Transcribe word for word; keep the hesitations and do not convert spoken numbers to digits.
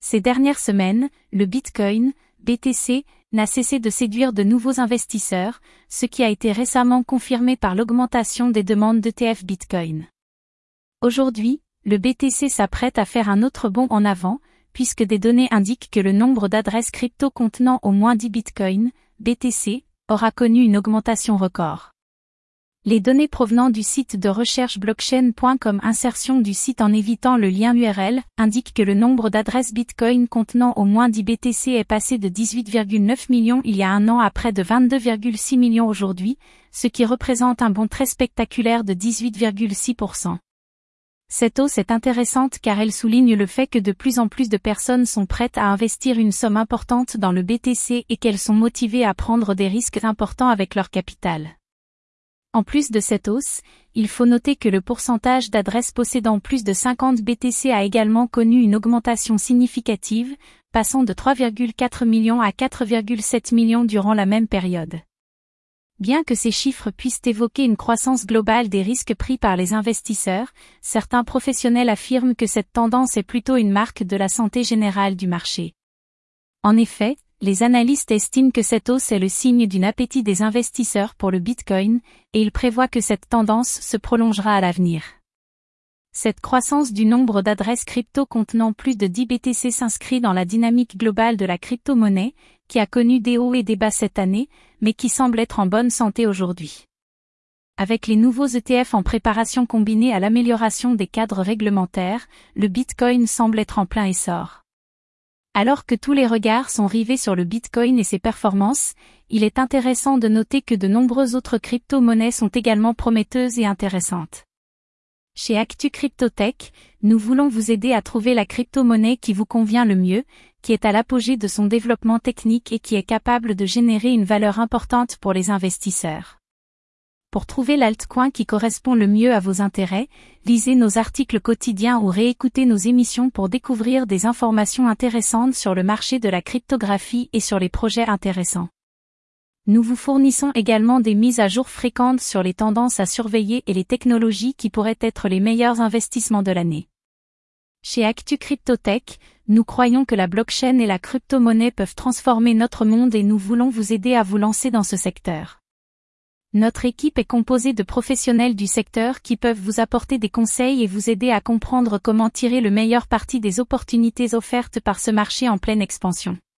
Ces dernières semaines, le Bitcoin, B T C, n'a cessé de séduire de nouveaux investisseurs, ce qui a été récemment confirmé par l'augmentation des demandes d'E T F Bitcoin. Aujourd'hui, le B T C s'apprête à faire un autre bond en avant, puisque des données indiquent que le nombre d'adresses crypto contenant au moins dix bitcoins, B T C, aura connu une augmentation record. Les données provenant du site de recherche blockchain point com insertion du site en évitant le lien U R L indiquent que le nombre d'adresses Bitcoin contenant au moins dix B T C est passé de dix-huit virgule neuf millions il y a un an à près de vingt-deux virgule six millions aujourd'hui, ce qui représente un bond très spectaculaire de dix-huit virgule six pour cent. Cette hausse est intéressante car elle souligne le fait que de plus en plus de personnes sont prêtes à investir une somme importante dans le B T C et qu'elles sont motivées à prendre des risques importants avec leur capital. En plus de cette hausse, il faut noter que le pourcentage d'adresses possédant plus de cinquante B T C a également connu une augmentation significative, passant de trois virgule quatre millions à quatre virgule sept millions durant la même période. Bien que ces chiffres puissent évoquer une croissance globale des risques pris par les investisseurs, certains professionnels affirment que cette tendance est plutôt une marque de la santé générale du marché. En effet, les analystes estiment que cette hausse est le signe d'un appétit des investisseurs pour le Bitcoin, et ils prévoient que cette tendance se prolongera à l'avenir. Cette croissance du nombre d'adresses crypto contenant plus de dix B T C s'inscrit dans la dynamique globale de la crypto-monnaie, qui a connu des hauts et des bas cette année, mais qui semble être en bonne santé aujourd'hui. Avec les nouveaux E T F en préparation combinés à l'amélioration des cadres réglementaires, le Bitcoin semble être en plein essor. Alors que tous les regards sont rivés sur le Bitcoin et ses performances, il est intéressant de noter que de nombreuses autres crypto-monnaies sont également prometteuses et intéressantes. Chez Actu Cryptotech, nous voulons vous aider à trouver la crypto-monnaie qui vous convient le mieux, qui est à l'apogée de son développement technique et qui est capable de générer une valeur importante pour les investisseurs. Pour trouver l'altcoin qui correspond le mieux à vos intérêts, lisez nos articles quotidiens ou réécoutez nos émissions pour découvrir des informations intéressantes sur le marché de la cryptographie et sur les projets intéressants. Nous vous fournissons également des mises à jour fréquentes sur les tendances à surveiller et les technologies qui pourraient être les meilleurs investissements de l'année. Chez Actu Cryptotech, nous croyons que la blockchain et la crypto-monnaie peuvent transformer notre monde et nous voulons vous aider à vous lancer dans ce secteur. Notre équipe est composée de professionnels du secteur qui peuvent vous apporter des conseils et vous aider à comprendre comment tirer le meilleur parti des opportunités offertes par ce marché en pleine expansion.